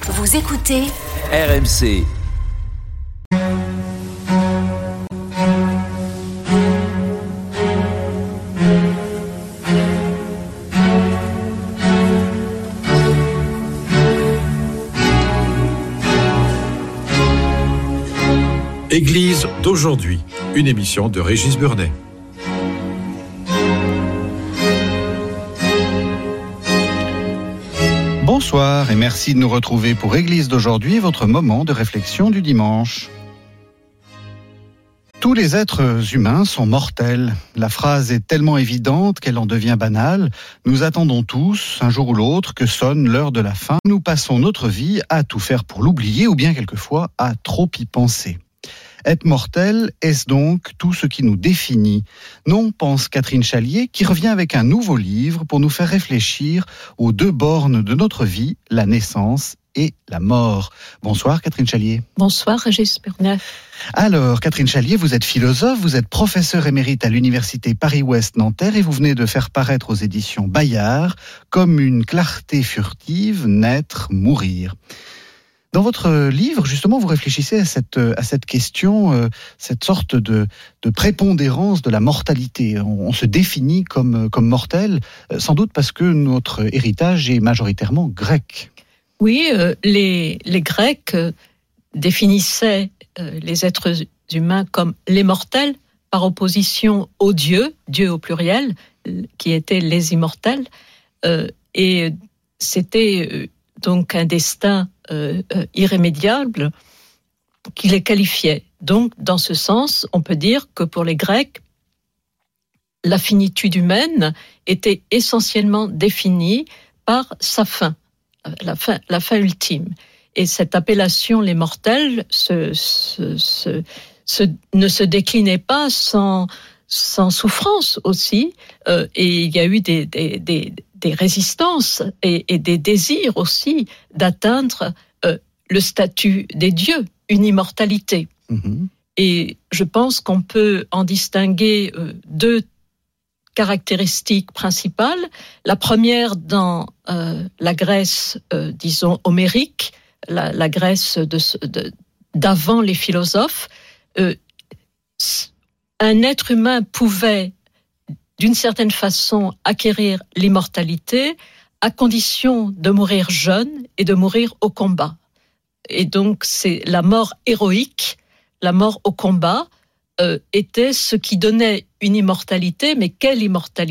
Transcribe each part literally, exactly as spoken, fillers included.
Vous écoutez R M C. Église d'aujourd'hui, une émission de Régis Burnet. Bonsoir et merci de nous retrouver pour Église d'aujourd'hui, votre moment de réflexion du dimanche. Tous les êtres humains sont mortels. La phrase est tellement évidente qu'elle en devient banale. Nous attendons tous, un jour ou l'autre, que sonne l'heure de la fin. Nous passons notre vie à tout faire pour l'oublier ou bien quelquefois à trop y penser. Être mortel, est-ce donc tout ce qui nous définit ? Non, pense Catherine Chalier, qui revient avec un nouveau livre pour nous faire réfléchir aux deux bornes de notre vie, la naissance et la mort. Bonsoir Catherine Chalier. Bonsoir Régis Burnet. Alors Catherine Chalier, vous êtes philosophe, vous êtes professeure émérite à l'université Paris-Ouest Nanterre et vous venez de faire paraître aux éditions Bayard Comme une clarté furtive, naître, mourir. Dans votre livre, justement, vous réfléchissez à cette, à cette question, euh, cette sorte de, de prépondérance de la mortalité. On, on se définit comme, comme mortel, euh, sans doute parce que notre héritage est majoritairement grec. Oui, euh, les, les Grecs euh, définissaient euh, les êtres humains comme les mortels, par opposition aux dieux, dieux au pluriel, qui étaient les immortels. Euh, et c'était euh, donc un destin Euh, euh, irrémédiable qui les qualifiait. Donc, dans ce sens, on peut dire que pour les Grecs, la finitude humaine était essentiellement définie par sa fin, la fin, la fin ultime. Et cette appellation, les mortels, se, se, se, se, ne se déclinait pas sans, sans souffrance aussi. Euh, et il y a eu des, des, des des résistances et, et des désirs aussi d'atteindre euh, le statut des dieux, une immortalité. Mmh. Et je pense qu'on peut en distinguer euh, deux caractéristiques principales. La première dans euh, la Grèce, euh, disons, homérique, la, la Grèce de, de, d'avant les philosophes, euh, un être humain pouvait d'une certaine façon, acquérir l'immortalité à condition de mourir jeune et de mourir au combat. Et donc, c'est la mort héroïque, la mort au combat, euh, était ce qui donnait une immortalité. Mais quelle immortalité ?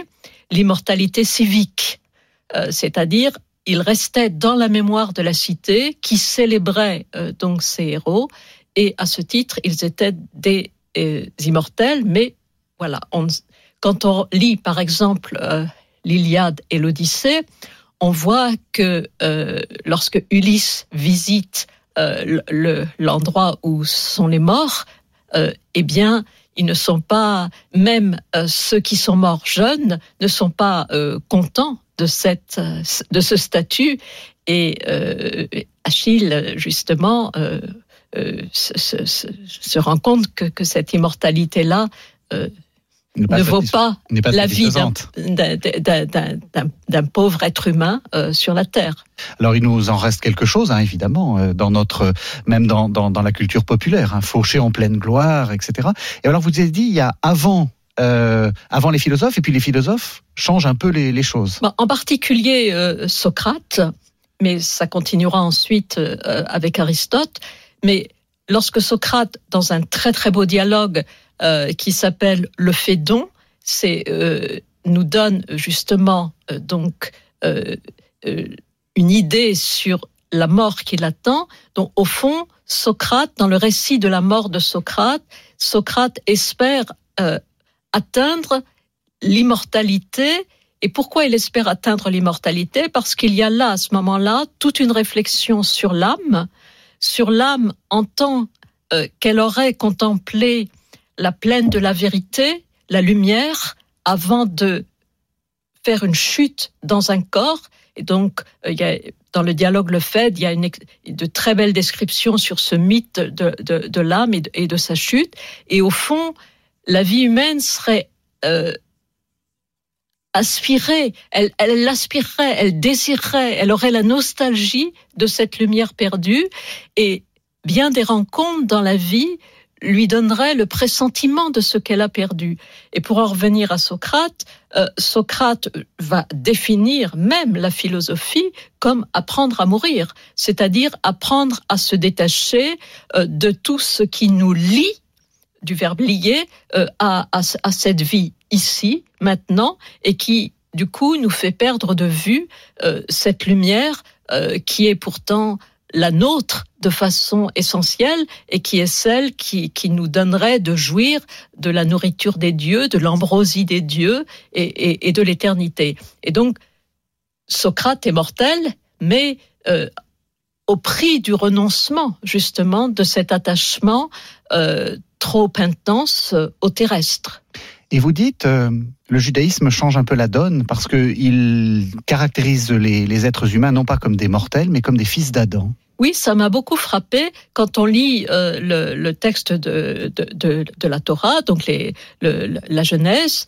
L'immortalité civique. Euh, c'est-à-dire, il restait dans la mémoire de la cité qui célébrait euh, donc ces héros. Et à ce titre, ils étaient des euh, immortels, mais voilà, on Quand on lit, par exemple, euh, l'Iliade et l'Odyssée, on voit que euh, lorsque Ulysse visite euh, le, l'endroit où sont les morts, euh, eh bien, ils ne sont pas, même euh, ceux qui sont morts jeunes, ne sont pas euh, contents de, cette, de ce statut. Et euh, Achille, justement, euh, euh, se, se, se rend compte que, que cette immortalité-là euh, ne vaut pas, pas la vie d'un, d'un, d'un, d'un, d'un pauvre être humain euh, sur la terre. Alors il nous en reste quelque chose, hein, évidemment, dans notre, même dans, dans, dans la culture populaire, hein, fauché en pleine gloire, et cetera. Et alors vous avez dit, il y a avant, euh, avant les philosophes, et puis les philosophes changent un peu les, les choses. Bon, en particulier euh, Socrate, mais ça continuera ensuite euh, avec Aristote. Mais lorsque Socrate, dans un très très beau dialogue, Euh, qui s'appelle Le Phédon, c'est euh, nous donne justement euh, donc euh, euh, une idée sur la mort qui l'attend. Donc au fond, Socrate, dans le récit de la mort de Socrate, Socrate espère euh, atteindre l'immortalité. Et pourquoi il espère atteindre l'immortalité ? Parce qu'il y a là, à ce moment-là, toute une réflexion sur l'âme, sur l'âme en tant euh, qu'elle aurait contemplé la plaine de la vérité, la lumière, avant de faire une chute dans un corps. Et donc, euh, il y a, dans le dialogue Le Phèdre, il y a une, de très belles descriptions sur ce mythe de, de, de l'âme et de, et de sa chute. Et au fond, la vie humaine serait euh, aspirer, elle, elle l'aspirerait, elle désirerait, elle aurait la nostalgie de cette lumière perdue, et bien des rencontres dans la vie lui donneraient le pressentiment de ce qu'elle a perdu. Et pour en revenir à Socrate, euh, Socrate va définir même la philosophie comme apprendre à mourir, c'est-à-dire apprendre à se détacher euh, de tout ce qui nous lie, du verbe lier, euh, à, à, à cette vie ici, maintenant, et qui, du coup, nous fait perdre de vue euh, cette lumière euh, qui est pourtant la nôtre de façon essentielle et qui est celle qui, qui nous donnerait de jouir de la nourriture des dieux, de l'ambroisie des dieux et, et, et de l'éternité. Et donc, Socrate est mortel, mais euh, au prix du renoncement, justement, de cet attachement euh, trop intense euh, au terrestre. Et vous dites, euh, le judaïsme change un peu la donne parce qu'il caractérise les, les êtres humains non pas comme des mortels, mais comme des fils d'Adam. Oui, ça m'a beaucoup frappé quand on lit euh, le, le texte de, de, de, de la Torah, donc les, le, la Genèse.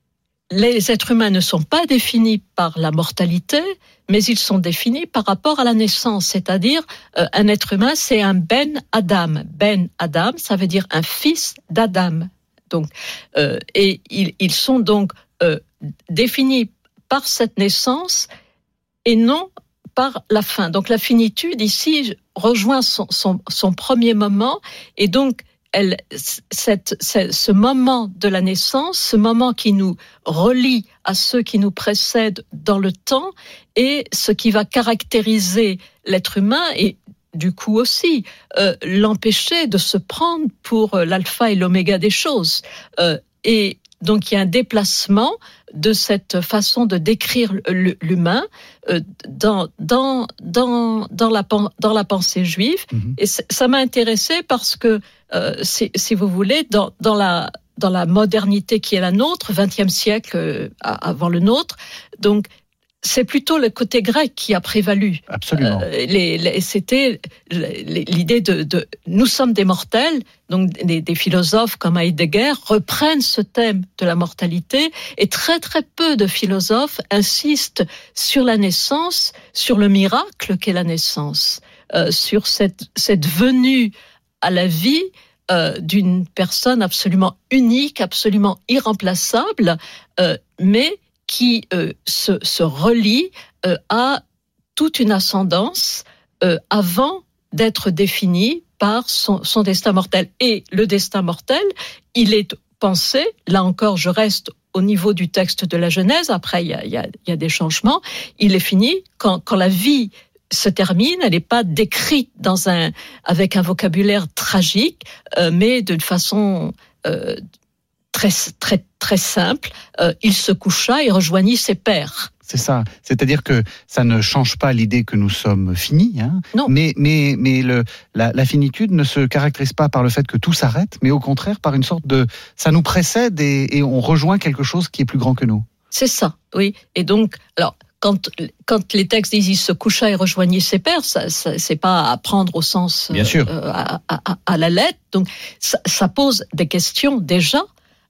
Les êtres humains ne sont pas définis par la mortalité, mais ils sont définis par rapport à la naissance, c'est-à-dire euh, un être humain, c'est un Ben Adam. Ben Adam, ça veut dire un fils d'Adam. Donc, euh, et ils, ils sont donc euh, définis par cette naissance et non par la fin. Donc la finitude ici rejoint son, son, son premier moment, et donc elle, cette, cette, ce moment de la naissance, ce moment qui nous relie à ceux qui nous précèdent dans le temps, est ce qui va caractériser l'être humain et du coup aussi euh, l'empêcher de se prendre pour euh, l'alpha et l'oméga des choses. Euh, et donc il y a un déplacement de cette façon de décrire l'humain euh, dans dans dans dans la dans la pensée juive. Mmh. Et ça m'a intéressé parce que euh, si, si vous voulez dans dans la dans la modernité qui est la nôtre, vingtième siècle euh, avant le nôtre, donc c'est plutôt le côté grec qui a prévalu. Absolument. Euh, les, les, c'était l'idée de, de nous sommes des mortels. Donc des, des philosophes comme Heidegger reprennent ce thème de la mortalité, et très très peu de philosophes insistent sur la naissance, sur le miracle qu'est la naissance, euh, sur cette, cette venue à la vie euh, d'une personne absolument unique, absolument irremplaçable, euh, mais qui euh, se, se relie euh, à toute une ascendance euh, avant d'être définie par son, son destin mortel. Et le destin mortel, il est pensé, là encore je reste au niveau du texte de la Genèse, après il y a, il y a, il y a des changements, il est fini quand, quand la vie se termine, elle n'est pas décrite dans un, avec un vocabulaire tragique, euh, mais d'une façon euh, très, très, très simple. Euh, il se coucha et rejoignit ses pères. C'est ça. C'est-à-dire que ça ne change pas l'idée que nous sommes finis, hein. Non. Mais, mais, mais le, la, la finitude ne se caractérise pas par le fait que tout s'arrête, mais au contraire par une sorte de... Ça nous précède et, et on rejoint quelque chose qui est plus grand que nous. C'est ça, oui. Et donc, alors... Quand, quand les textes disent « il se coucha et rejoignit ses pères », ça, ça, c'est pas à prendre au sens Bien sûr. Euh, à, à, à la lettre. Donc, ça, ça pose des questions déjà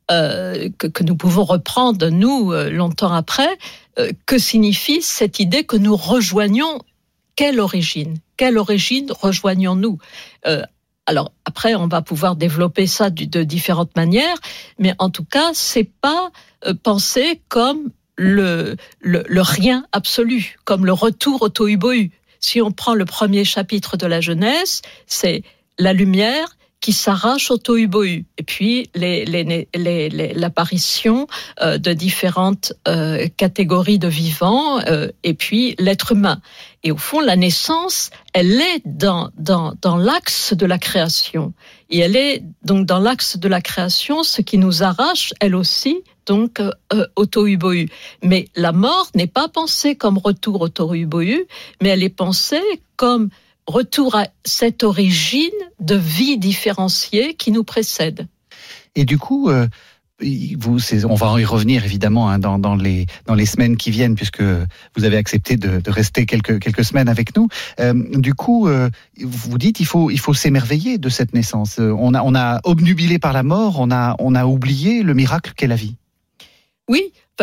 euh, que, que nous pouvons reprendre, nous, euh, longtemps après. Euh, que signifie cette idée que nous rejoignons? Quelle origine? Quelle origine rejoignons-nous? euh, Alors, après, on va pouvoir développer ça de, de différentes manières, mais en tout cas, c'est pas euh, pensé comme Le, le, le rien absolu, comme le retour au tohu-bohu. Si on prend le premier chapitre de la Genèse, c'est la lumière qui s'arrache au tohu-bohu, et puis les, les, les, les, l'apparition euh, de différentes euh, catégories de vivants, euh, et puis l'être humain. Et au fond, la naissance, elle est dans, dans, dans l'axe de la création. Et elle est donc dans l'axe de la création, ce qui nous arrache, elle aussi, donc euh, au tohu-bohu. Mais la mort n'est pas pensée comme retour au tohu-bohu, mais elle est pensée comme retour à cette origine de vie différenciée qui nous précède. Et du coup, euh, vous, c'est, on va y revenir évidemment hein, dans, dans, les, dans les semaines qui viennent, puisque vous avez accepté de, de rester quelques, quelques semaines avec nous. Euh, du coup, euh, vous dites il faut, il faut s'émerveiller de cette naissance. On a, on a obnubilé par la mort, on a, on a oublié le miracle qu'est la vie. Oui, enfin,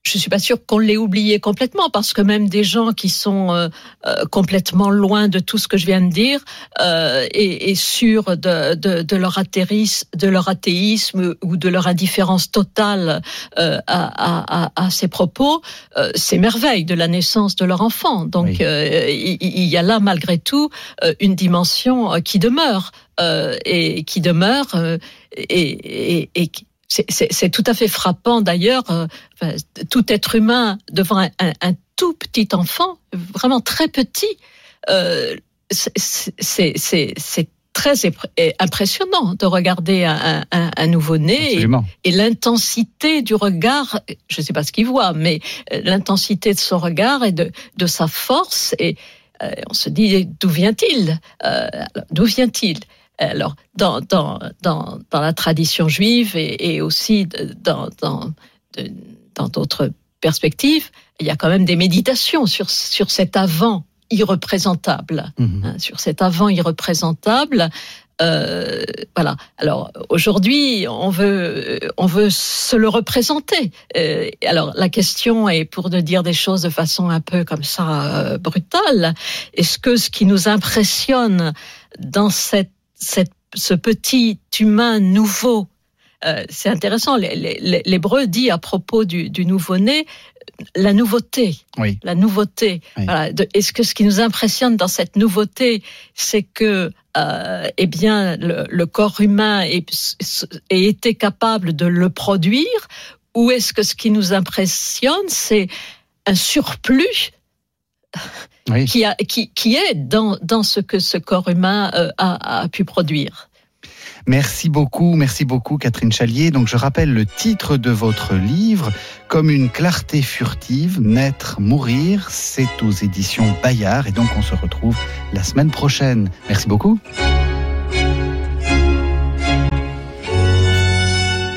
je suis pas sûre qu'on l'ait oublié complètement, parce que même des gens qui sont euh, euh, complètement loin de tout ce que je viens de dire euh, et, et sûrs de, de, de leur athéisme, de leur athéisme ou de leur indifférence totale euh, à, à, à ces propos, euh, s'émerveillent de la naissance de leur enfant. Donc oui. euh, il, il y a là malgré tout euh, une dimension euh, qui demeure euh, et qui demeure euh, et, et, et C'est, c'est, c'est tout à fait frappant d'ailleurs, euh, enfin, tout être humain devant un, un, un tout petit enfant, vraiment très petit, euh, c'est, c'est, c'est, c'est très impressionnant de regarder un, un, un nouveau-né et, et l'intensité du regard, je ne sais pas ce qu'il voit, mais l'intensité de son regard et de, de sa force, et euh, on se dit d'où vient-il euh, D'où vient-il Alors, dans, dans, dans, dans la tradition juive et, et aussi dans, dans, dans d'autres perspectives, il y a quand même des méditations sur, sur cet avant irreprésentable. Mmh. Hein, sur cet avant irreprésentable. Euh, voilà. Alors, aujourd'hui, on veut, on veut se le représenter. Euh, alors, la question est, pour de dire des choses de façon un peu comme ça, euh, brutale, est-ce que ce qui nous impressionne dans cette Cette, ce petit humain nouveau, euh, c'est intéressant. L'Hébreu dit à propos du, du nouveau-né la nouveauté. Oui. La nouveauté. Oui. Voilà. De, est-ce que ce qui nous impressionne dans cette nouveauté, c'est que, euh, eh bien, le, le corps humain ait, ait été capable de le produire, ou est-ce que ce qui nous impressionne, c'est un surplus? Oui. Qui, a, qui, qui est dans, dans ce que ce corps humain euh, a, a pu produire. Merci beaucoup, merci beaucoup Catherine Chalier. Donc je rappelle le titre de votre livre, Comme une clarté furtive, naître, mourir. C'est aux éditions Bayard et donc on se retrouve la semaine prochaine. Merci beaucoup.